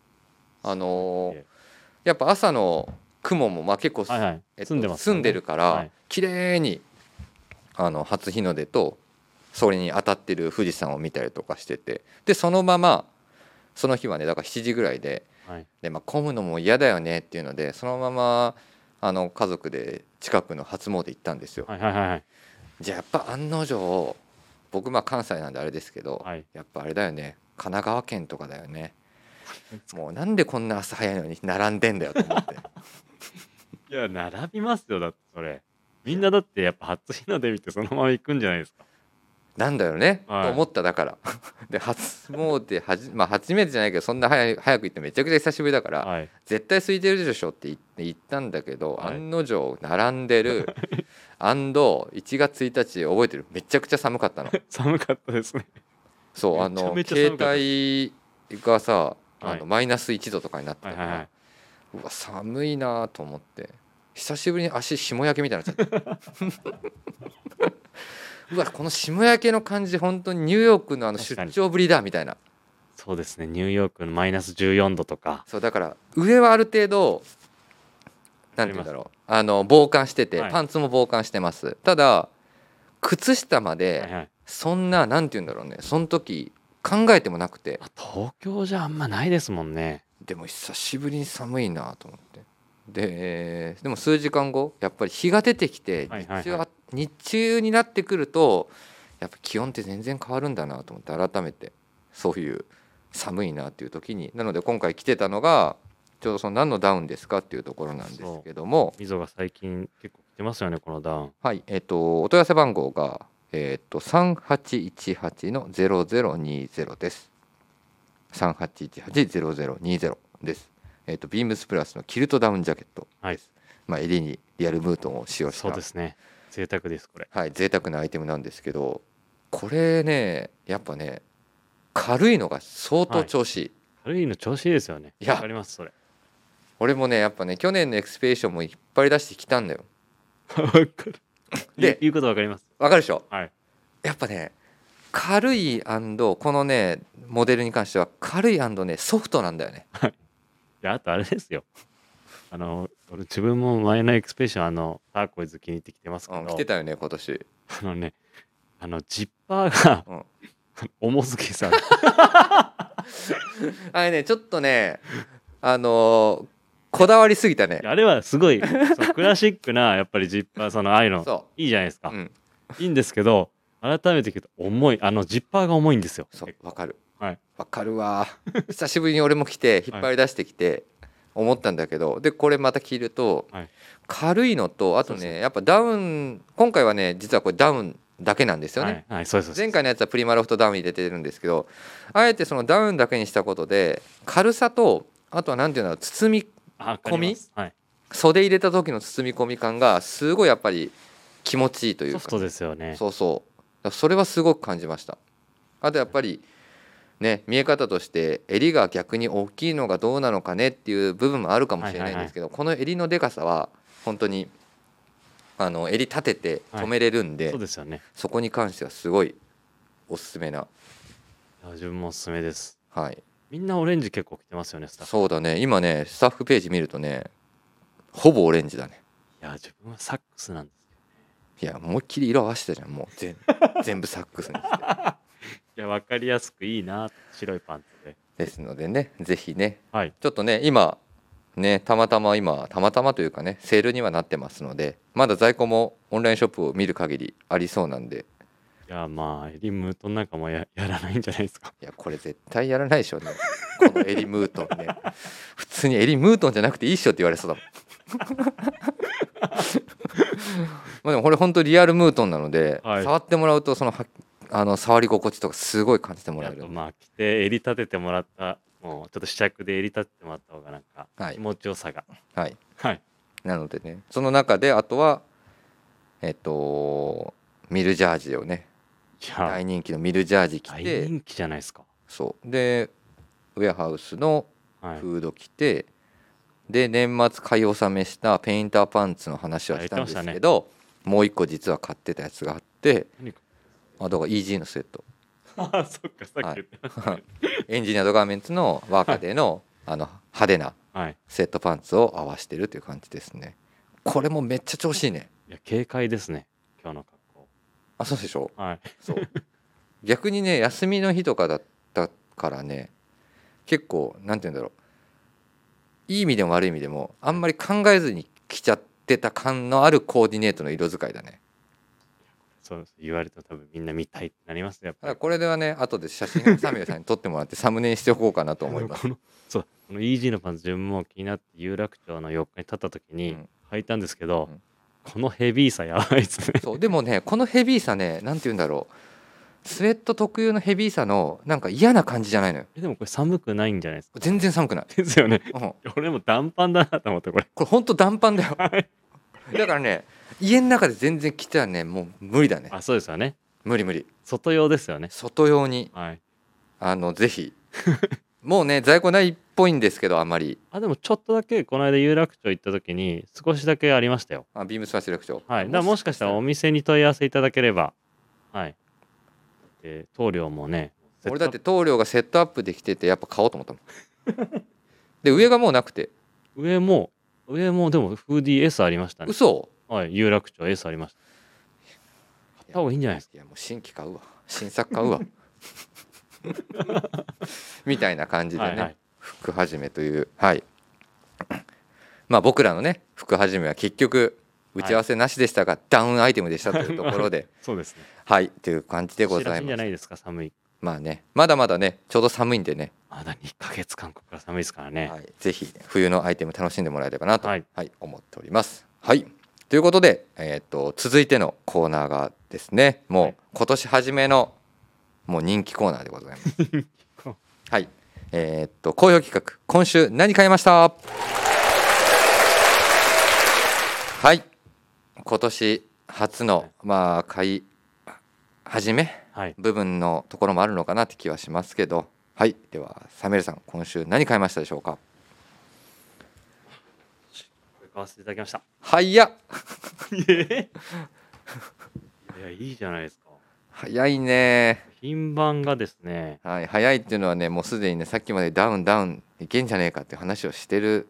やっぱ朝の雲もまあ結構、 はいはい、澄んでますよね。 澄んでるかはらい綺麗に初日の出とそれに当たってる富士山を見たりとかしてて、でそのままその日はねだから7時ぐらいで、 はいまあ、混むのも嫌だよねっていうのでそのまま家族で近くの初詣行ったんですよ。 はいはいはいじゃあやっぱ案の定僕まあ関西なんであれですけど、 はい。 やっぱあれだよね、神奈川県とかだよね。もうなんでこんな朝早いのに並んでんだよと思って。 いや、並びますよ、だってそれ。みんなだってやっぱ初日の出見てそのまま行くんじゃないですか。 なんだよね、 はいと思っただからで初詣まあ初めてじゃないけどそんな早く行ってめちゃくちゃ久しぶりだから、 はい。 絶対空いてるでしょって言ったんだけど、 はい案の定並んでる1月1日覚えてる、めちゃくちゃ寒かったの。 寒かったですね。 そうめちゃめちゃ寒かった携帯がさはいマイナス1度とかになってたから、 はいはいはい。 うわ寒いなと思って久しぶりに足霜焼けみたいになっちゃったうわこの霜焼けの感じ本当にニューヨークの確かに出張ぶりだみたいな。 そうですね、ニューヨークのマイナス14度とか。 そうだから上はある程度なんて言うんだろう防寒してて、 はいパンツも防寒してます。ただ靴下まはいではい。 そんななんて言うんだろうね、その時考えてもなくて、 まあ東京じゃあんまないですもんね。 でも久しぶりに寒いなと思って、でも数時間後やっぱり日が出てきてはいはいはい日中になってくるとやっぱ気温って全然変わるんだなと思って改めてそういう寒いなっていう時に、なので今回着てたのがちょうどその何のダウンですかっていうところなんですけども、 みぞが最近結構着てますよね、このダウン。 はいお問い合わせ番号が3818の0020です。38180020です。ビームスプラスのキルトダウンジャケットです。 はい。 まあ、襟にリアルムートンを使用した、 そうですね。贅沢です、これ。 はい、贅沢なアイテムなんですけど、これねやっぱね軽いのが相当調子いい、 軽いの調子いいですよね。 いやわかります、それ。 俺もねやっぱね去年のエクスペディションも引っ張り出してきたんだよ。 わかる。 で言うことわかります。 わかるでしょ。 はい。 やっぱね軽いこのねモデルに関しては軽いねソフトなんだよね。 で、あとあれですよ。俺自分も前のエクスペディションターコイズ気に入ってきてますけど、 来てたよね今年。 ね、ジッパーが、 うん重すぎさ。 あれねちょっとねこだわりすぎたね。 あれはすごいクラシックなやっぱりジッパーああいうのそいいじゃないですか、 う、うん、 いいんですけど改めて聞くと重いジッパーが重いんですよ。 そうわかるはいわかるわ久しぶりに俺も来て引っ張り出してきて思ったんだけど、でこれまた着るとはい軽いのとあとそうそうねやっぱダウン今回はね実はこれダウンだけなんですよね、 はい、はい、そうですそうです。 前回のやつはプリマロフトダウン入れてるんですけど、あえてそのダウンだけにしたことで軽さとあとはなんていうの包みわかりますはい、 袖入れた時の包み込み感がすごいやっぱり気持ちいいというか、 ソフトですよね。 そうそうだからそれはすごく感じました。あとやっぱりね見え方として襟が逆に大きいのがどうなのかねっていう部分もあるかもしれないんですけど、この襟のでかさは本当に襟立てて止めれるんで、 そうですよね。 そこに関してはすごいおすすめな、 いや自分もおすすめです。 はい、 みんなオレンジ結構着てますよね、スタッフ。 そうだね今ねスタッフページ見るとねほぼオレンジだね。 いや自分はサックスなんですいや思いっきり色合わせたじゃんもう全部サックスにしていや分かりやすくいいな、白いパンツで。 ですのでねぜひねはい。 ちょっとね今ねたまたまというかねセールにはなってますので、まだ在庫もオンラインショップを見る限りありそうなんで、 いやまあエリムートンなんかもやらないんじゃないですか。 いやこれ絶対やらないでしょうねこのエリムートンね普通にエリムートンじゃなくていいっしょって言われそうだもんまあでもこれ本当リアルムートンなので、 はい触ってもらうとその触り心地とかすごい感じてもらえるあとまあ着て襟立ててもらったもうちょっと試着で襟立ててもらった方がなんかはい気持ちよさがはいはい、 なのでねその中であとはミルジャージをねいや大人気のミルジャージ着大て、 人気じゃないですか。 そうでウェアハウスのはいフード着て、で年末買い納めしたペインターパンツの話はしたんですけど、もう一個実は買ってたやつがあって、 何かだから EG のスウェットあそっかさっき言ってましたねエンジニアードガーメンツのワーカーでの派手なはいスウェットパンツを合わせてるという感じですね。これもめっちゃ調子いいね。 いや軽快ですね今日の格好あ、そうでしょ。 はいそう逆にね休みの日とかだったからね、結構なんて言うんだろう、いい意味でも悪い意味でもあんまり考えずに着ちゃってた感のあるコーディネートの色使いだね。 そうです言われると多分みんな見たいってなりますねやっぱりだからこれではね後で写真をサミュエルさんに撮ってもらってサムネにしておこうかなと思いますこのそうこの EG のパンツ自分も気になって有楽町の4日に立った時にうん履いたんですけど、 うんこのヘビーさやばいですねそうでもねこのヘビーさね、なんて言うんだろう、スウェット特有のヘビーさのなんか嫌な感じじゃないのよ。 でもこれ寒くないんじゃないですか全然寒くない、 ですよねうん、 俺も短パンだなと思ってこれこれほんと暖パンだよはいだからね家の中で全然着てはねもう無理だね。 あそうですよね無理無理。 外用ですよね外用にはいぜひもうね在庫ないっぽいんですけど、あまりあでもちょっとだけこの間有楽町行った時に少しだけありましたよビームスファシレクション、 はいだからもしかしたらお店に問い合わせいただければはい棟梁もね俺だって棟梁がセットアップできててやっぱ買おうと思ったもんで上がもうなくて。 上もでもフーディー S ありましたね嘘。 はい有楽町 S ありました買った方がいいんじゃないですかいやもう新規買うわ、新作買うわみたいな感じでね、 はいはい服始めというはいまあ僕らのね服始めは結局打ち合わせなしでしたが、ダウンアイテムでしたというところでそうですねはいという感じでござらしいんじいます。 ゃないですか寒いまあねまだまだねちょうど寒いんでね、 まだ2ヶ月間ここから寒いですからね、 はい、ぜひ冬のアイテム楽しんでもらえればなと、 はい思っております。はいということで、続いてのコーナーがですね、もうはい今年初めのもう人気コーナーでございますはい好評企画、今週何買いました。はい今年初のまあ買い始めはい部分のところもあるのかなって気はしますけど、はいではサメルさん今週何買いましたでしょうか。 買わせていただきました早っいやいいじゃないですか早いね。 品番がですねはい、早いっていうのはねもうすでにねさっきまでダウンいけんじゃねえかっていう話をしてる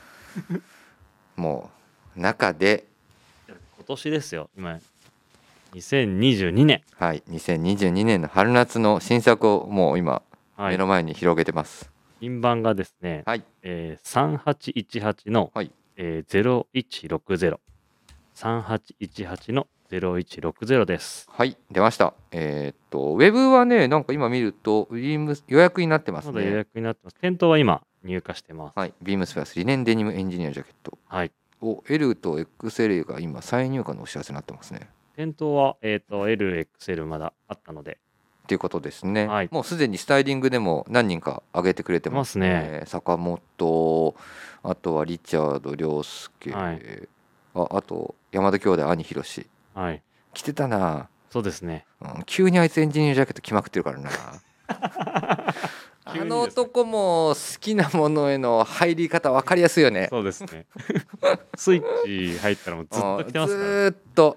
もう中で、 今年ですよ今2022年はい2022年の春夏の新作をもう今はい目の前に広げてます。 品番がですね、 はい 3818の、 はい 0160 3818の0160ですはい出ました。ウェブはねなんか今見るとビーム予約になってますまだ予ね。 約になってます店頭は今入荷してますはいビームスプラスリネンデニムエンジニアジャケットはいを L と XL が今再入荷のお知らせになってますね。 店頭は、LXL まだあったのでっていうことですね、 はいもうすでにスタイリングでも何人か上げてくれてますね。坂本、あとはリチャード涼介、 はいあと山田兄弟兄ひろしはい着てたな、 そうですね急にあいつエンジニアジャケット着まくってるからなあ急にですねの男も好きなものへの入り方分かりやすいよね。 そうですねスイッチ入ったらもうずっと着てますから、ね、 ずーっと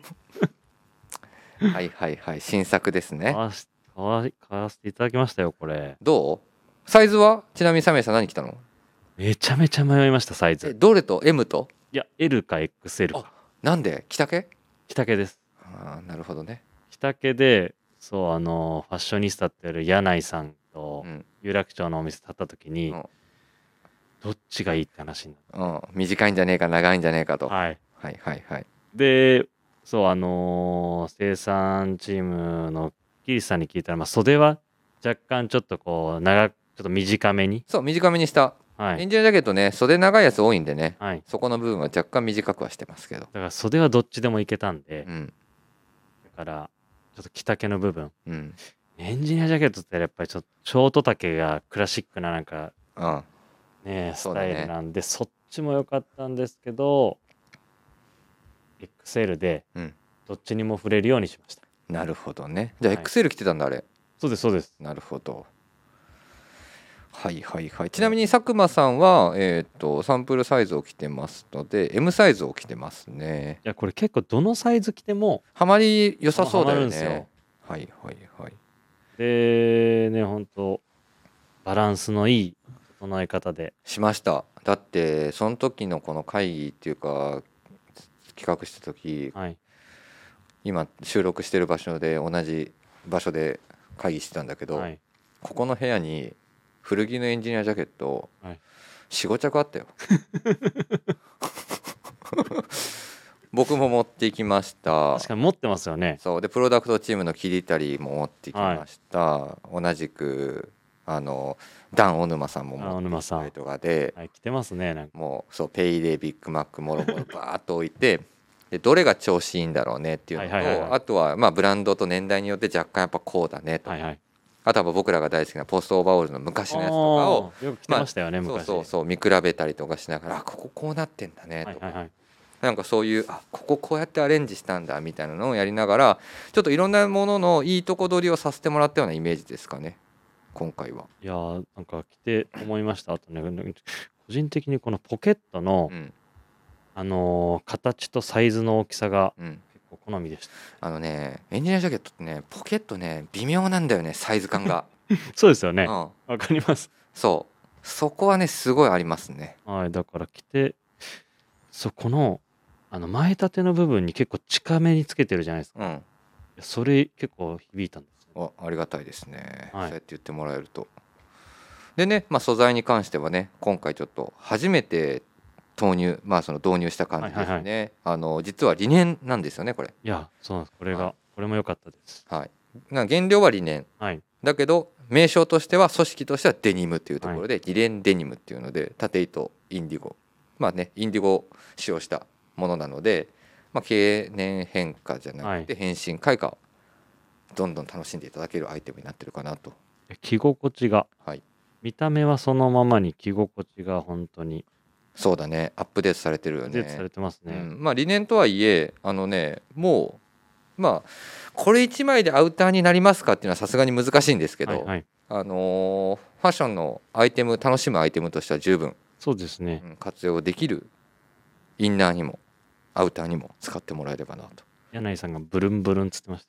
はいはいはい新作ですね。 買わせていただきましたよこれどうサイズはちなみにサメさん何着たの。 めちゃめちゃ迷いましたサイズどれと M といや L か XL かなんで着丈。 着丈ですなるほどね。 着丈でそうファッショニスタって言われる柳井さんとうん有楽町のお店立った時に、 うんどっちがいいって話になっ短いんじゃねえか長いんじゃねえかと、 た、はい、 はいはいはいでそう生産チームのキリスさんに聞いたら、まあ、袖は若干ちょっとこうちょっと短めにそう短めにした、 はいエンジニアジャケットね袖長いやつ多いんでね、 はいそこの部分は若干短くはしてますけど、 だから袖はどっちでもいけたんで、 うんだからちょっと着丈の部分うんエンジニアジャケットってやっぱりちょっとショート丈がクラシックななんかうんねスそうだねタイルなんでそっちも良かったんですけど XL でうんどっちにも触れるようにしましたなるほどね。じゃあはい XL 着てたんだあれ。 そうですそうですなるほど。 はいはいはい。ちなみに佐久間さんは、サンプルサイズを着てますので M サイズを着てますね。 いやこれ結構どのサイズ着てもハマり良さそうだハマるよねんですよ。 はいはいはい。 でね本当バランスのいい整え方で、 しました。だってその時のこの会議っていうか企画した時、 はい今収録してる場所で同じ場所で会議してたんだけど、 はいここの部屋に古着のエンジニアジャケットはい 45着あったよ僕も持っていきました。 確かに持ってますよね。 そうでプロダクトチームのキリタリーも持ってきました、同じくダン・オヌマさんも持ってきたりとかで、 はい着てますねなんか。 もうそうペイでビッグマックもろもろバーっと置いてでどれが調子いいんだろうねっていうのと、 はいはいはいはいあとはまあブランドと年代によって若干やっぱこうだねとか、 はいはい。 あとは僕らが大好きなポストオーバーオールの昔のやつとかをあーよく着てましたよね、昔。 そう見比べたりとかしながらこここうなってんだねとか、 はいはいはい。 なんかそういうここうやってアレンジしたんだみたいなのをやりながらちょっといろんなもののいいとこ取りをさせてもらったようなイメージですかね今回は。 いやーなんか着て思いました。あとね個人的にこのポケットの、 うん形とサイズの大きさがうん、 結構好みでした。 エンジニアジャケットってねポケットね微妙なんだよねサイズ感がそうですよね。 うん、 わかります。 そうそこはねすごいありますね。 はい、だから着て、そこの、前立ての部分に結構近めにつけてるじゃないですか。 うんそれ結構響いたんですよね。 ありがたいですね、 はいそうやって言ってもらえると。でね、まあ、素材に関してはね今回ちょっと初めて投入その導入した感じですね、実はリネンなんですよねこれ。 いや、そうなんです。これが、 はいこれも良かったです。 はい原料はリネンはい。 だけど名称としては組織としてはデニムっていうところで、リネンデニムっていうので縦糸インディゴまあねインディゴを使用したものなので、まあ、経年変化じゃなくて変身開花をどんどん楽しんでいただけるアイテムになってるかなと。 着心地が、 はい見た目はそのままに着心地が本当にそうだねアップデートされてるよアップデートさね。 れてますね。 まあ理念とはいえもうまあこれ1枚でアウターになりますかっていうのはさすがに難しいんですけど、 はいはい。 ファッションのアイテム楽しむアイテムとしては十分、 そうですね。 活用できるインナーにもアウターにも使ってもらえればなと。 柳井さんがブルンブルンつってました。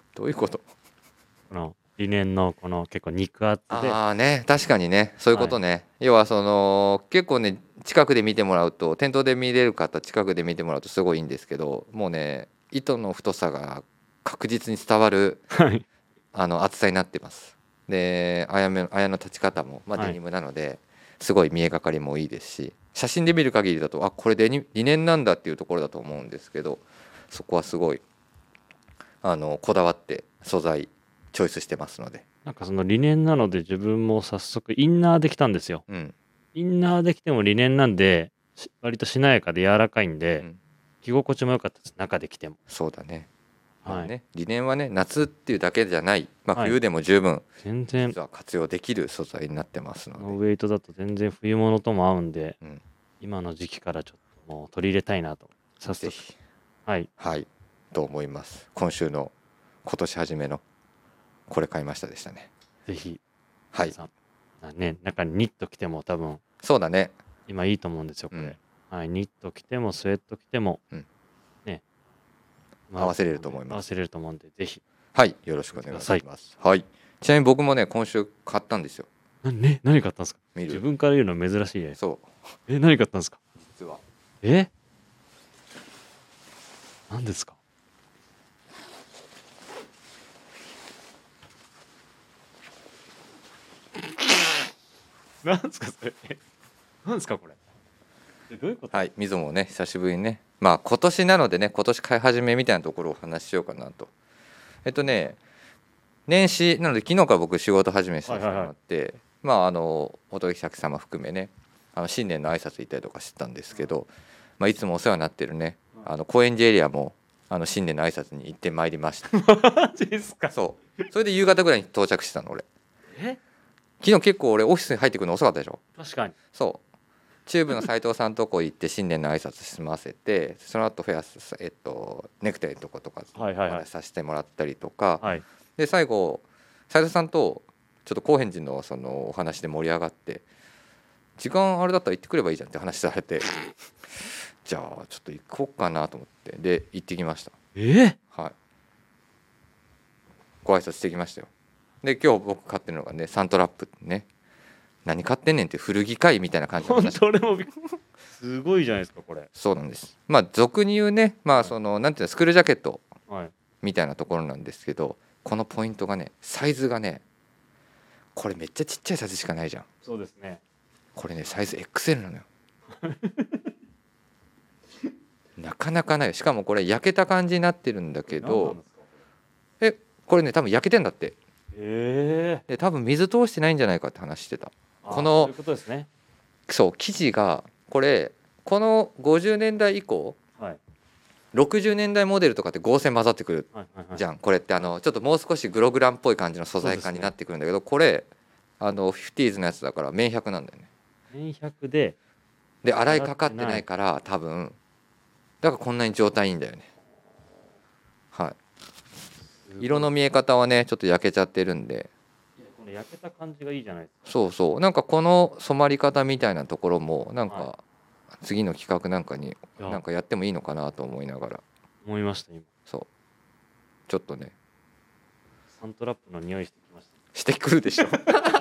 どういうこと？ このリネンのこの結構肉厚で、 ああね確かにねそういうことね、要はその結構ね近くで見てもらうと店頭で見れる方近くで見てもらうとすごいいいんですけどもうね糸の太さが確実に伝わるはい厚さになってます。で綾の立ち方も、 はいデニムなので、すごい見えがかりもいいですし写真で見る限りだとこれでリネンなんだっていうところだと思うんですけどそこはすごいこだわって素材チョイスしてますので、 なんかそのリネンなので自分も早速インナーできたんですよ。インナーできてもリネンなんで割としなやかで柔らかいんで、着心地も良かったです。中で着ても。 そうだね。 はい。 リネンはね夏っていうだけじゃない、 はい冬でも十分全然実は活用できる素材になってますので、 ウェイトだと全然冬物とも合うんで、 うん今の時期からちょっともう取り入れたいなと早速ぜひはいはいと思います。今年初めのこれ買いましたでしたね。 ぜひはい皆さんね中にニット着ても多分そうだね。 今いいと思うんですよこれ、はい、ニット着てもスウェット着ても、ね合わせれると思います。 合わせれると思うんでぜひはいよろしくお願いします。はいちなみに僕もね今週買ったんですよ。 何買ったんですか？ 見る自分から言うの珍しいね。 そう何買ったんですか？ 実は何ですか？何ですかそれ？何ですかこれ？どういうこと？ はい溝もね久しぶりにね今年なのでね今年買い始めみたいなところをお話ししようかなと。年始なので昨日から僕仕事始めさせてもらって、お取引先様含めね新年の挨拶行ったりとかしてたんですけど、いつもお世話になってるね高円寺エリアも新年の挨拶に行ってまいりました。 マジですか？ そうそれで夕方ぐらいに到着してたの俺。昨日結構俺オフィスに入ってくるの遅かったでしょ。 確かに。 そう中部の斉藤さんとこ行って新年の挨拶済ませてその後フェアネクタイのとことかお話しさせてもらったりとか、で最後斉藤さんとちょっと高円寺のそのお話で盛り上がって、時間あれだったら行ってくればいいじゃんって話されてじゃあちょっと行こうかなと思ってで行ってきました。はい、ご挨拶してきましたよ。で今日僕買ってるのがねサントラップね。何買ってんねんって古着会みたいな感じの話。 それもすごいじゃないですかこれ。 そうなんです。まあ俗に言うね、まあそのなんていうのスクールジャケットはい。 みたいなところなんですけど、このポイントがねサイズがね、これめっちゃちっちゃいサイズしかないじゃん。 そうですね。 これねサイズ XL なのよなかなかない。しかもこれ焼けた感じになってるんだけ何なんど、 ですかこれね多分焼けてんだって。 えで多分水通してないんじゃないかって話してた。このそういうことですね。 そう生地がこの50年代以降はい 60年代モデルとかって合成混ざってくるはいはいはい。 じゃん。これってちょっともう少しグログランっぽい感じの素材感になってくるんだけど、これ50s のやつだから綿100なんだよね。 綿100でで洗いかかってないから多分だからこんなに状態いいんだよね。はい、色の見え方はねちょっと焼けちゃってるんで、 この焼けた感じがいいじゃないですか。 そうそう、なんかこの染まり方みたいなところもなんはか次の企画なんかにいやなんかやってもいいのかなと思いながら、 思いました今。 そうちょっとねサントラップの匂いしてきまししてくるでしょ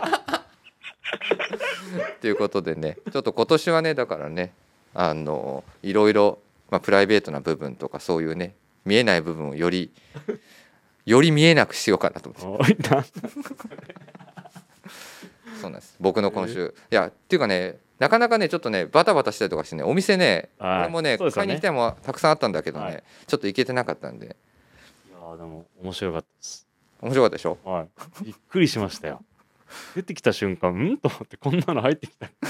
ということでねちょっと今年はねだからねいろいろ、まあ、プライベートな部分とかそういうね見えない部分をより見えなくしようかなと思って。 た。おいな。 そうなんです僕の今週、いやっていうかねなかなかねちょっとねバタバタしたりとかしてねお店ねはい俺もねそうですよね買いに行きたいものはたくさんあったんだけどね、 はいちょっと行けてなかったんで。 いやーでも面白かったです。 面白かったでしょ。 はい。びっくりしましたよ。出てきた瞬間、と思ってこんなの入ってきた。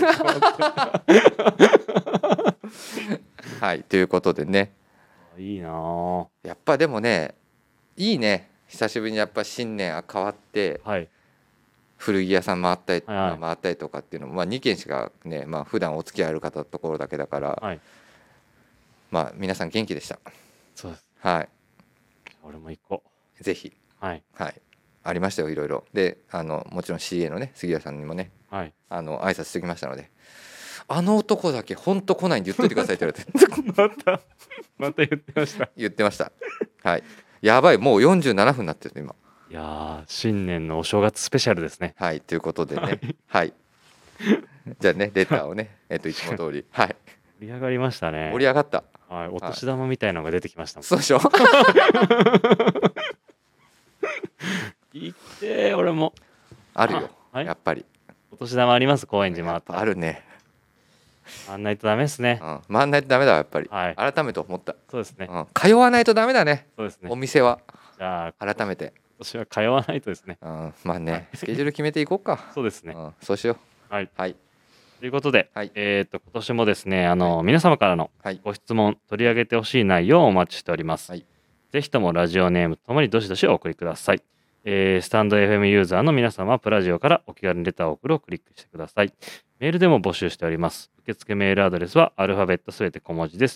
はいということでねいいなぁ。 やっぱでもねいいね久しぶりにやっぱ新年変わってはい。 古着屋さん回ったり、 はいはい回ったりとかっていうのも、まあ、2軒しかね、まあ普段お付き合いある方のところだけだから、 はい。 まあ皆さん元気でした。 そうです。 はい俺も行こぜひう。はい。 はいありましたよいろいろでもちろん CA のね杉谷さんにもねはい。 挨拶してきましたので、あの男だけ本当来ないんで言っといてくださいって言われてまた言ってました。 言ってました。はいやばいもう47分になってる今。 いやー、新年のお正月スペシャルですね。 はいということでねはいじゃあねレターをねいつも通りはい盛り上がりましたね。 盛り上がった。 はい。お年玉みたいのが出てきましたもん。 そうでしょ行って俺も。 あるよはい。 やっぱりお年玉あります高円寺回っ。 やったぱあるね、 あんないとダメですね。 回んないとダメだわやっぱり、 はい。 改めて思った、 そうですね。 通わないとダメだねそうですねお。店はじゃあ改めて、 今年は通わないとですね。 まあねスケジュール決めていこうかそうですね。 そうしよう。 はい。 はいということで、 はい今年もですね、皆様からのはいご質問、取り上げてほしい内容をお待ちしております。 はいぜひともラジオネームともにどしどしお送りください。スタンド FM ユーザーの皆様はプラジオからお気軽にレターを送るをクリックしてください。メールでも募集しております。受付メールアドレスはアルファベットすべて小文字です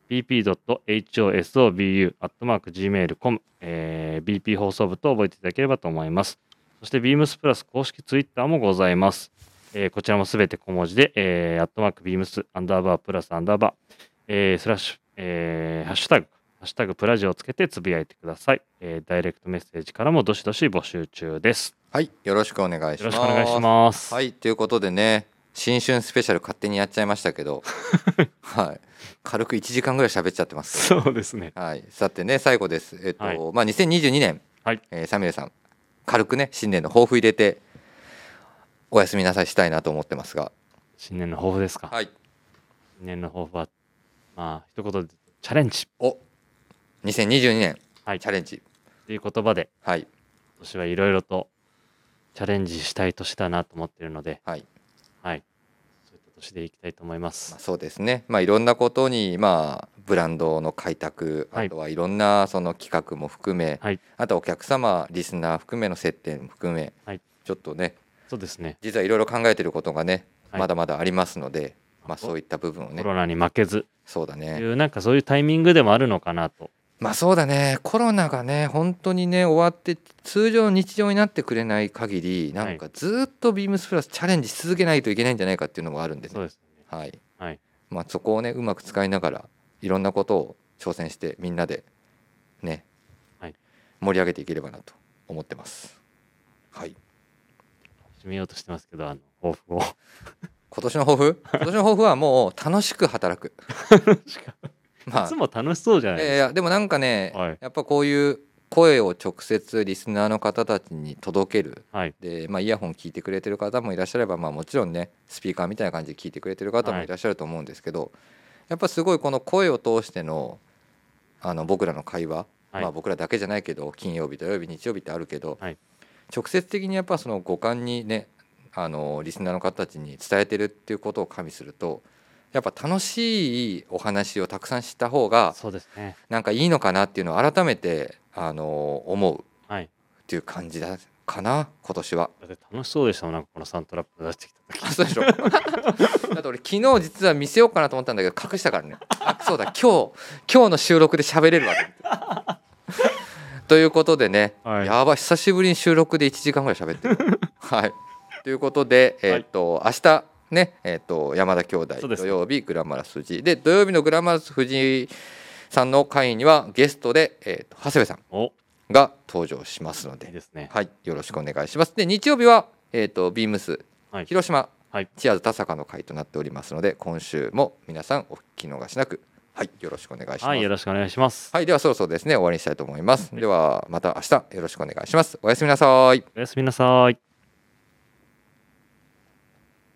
。bp.hosobu@gmail.com、BP 放送部と覚えていただければと思います。そして beams プラス公式ツイッターもございます。こちらもすべて小文字で、@beams _プラス_スラッシュ、ハッシュタグプラジオをつけてつぶやいてください。ダイレクトメッセージからもどしどし募集中です。 はいよろしくお願いします。 よろしくお願いします。 はいということでね新春スペシャル勝手にやっちゃいましたけどはい軽く1時間ぐらい喋っちゃってますけどそうですね。 はいさてね最後です。 はいまあ2022年、 はい。 サミュエルさん軽くね新年の抱負入れておやすみなさいしたいなと思ってますが、 新年の抱負ですか。 はい新年の抱負は、まあ、一言でチャレンジお2022年、 はいチャレンジっていう言葉で、 はい今年はいろいろとチャレンジしたい年だなと思っているので、 はい、 はい。そういった年でいきたいと思いままあ、 す。 そうですねまあいろんなことにまあブランドの開拓はいあとはいろんなその企画も含め、 はい。 あとお客様リスナー含めの接点も含め、 はいちょっとねそうですね。 実はいろいろ考えていることがね、 はいまだまだありますので、まあ、そういった部分をねコロナに負けずそうだねいう、なんかそういうタイミングでもあるのかなと。 まあそうだね、コロナがね本当にね終わって通常の日常になってくれない限りなんかずっとビームスプラスチャレンジし続けないといけないんじゃないかっていうのもあるんでね。 そうですね。 はいはい。 まあ、そこをねうまく使いながらいろんなことを挑戦してみんなでね、 はい、 盛り上げていければなと思ってます。はい。 締めようとしてますけど、抱負を。 今年の抱負はもう楽しく働く。まいつも楽しそうじゃないですか。 いやでもなんかね、 はい、 やっぱこういう声を直接リスナーの方たちに届ける、 はい、 で、イヤホン聞いてくれてる方もいらっしゃれば、もちろんねスピーカーみたいな感じで聞いてくれてる方もいらっしゃると思うんですけど、やっぱすごいこの声を通しての僕らの会話、 はい、 僕らだけじゃないけど金曜日土曜日日曜日ってあるけど、 はい、 直接的にやっぱその五感にねリスナーの方たちに伝えてるっていうことを加味するとやっぱ楽しいお話をたくさんした方がそうですね。 なんかいいのかなっていうのを改めて思うはい。 っていう感じだかな今年は。 だって楽しそうでしたもん、なんかこのサントラップ出してきた時。 あそうでしょだって俺昨日実は見せようかなと思ったんだけど隠したからね。あそうだ今日の収録で喋れるわと思ってということでね、 はい、 やばい久しぶりに収録で1時間ぐらい喋ってるはいということで明日ね山田兄弟そうですね土曜日グラマラス藤井で土曜日のグラマラス藤井さんの会にはゲストで長谷部さんお、 が登場しますのでいいですね。 はいよろしくお願いします。で日曜日はビームスはい、 広島はい、 チアーズ田坂の会となっておりますので今週も皆さんお聞き逃しなくはいよろしくお願いします。 はい、よろしくお願いします。 はい、ではそろそろですね終わりにしたいと思います。ではまた明日よろしくお願いします。おやすみなさい。 おやすみなさい。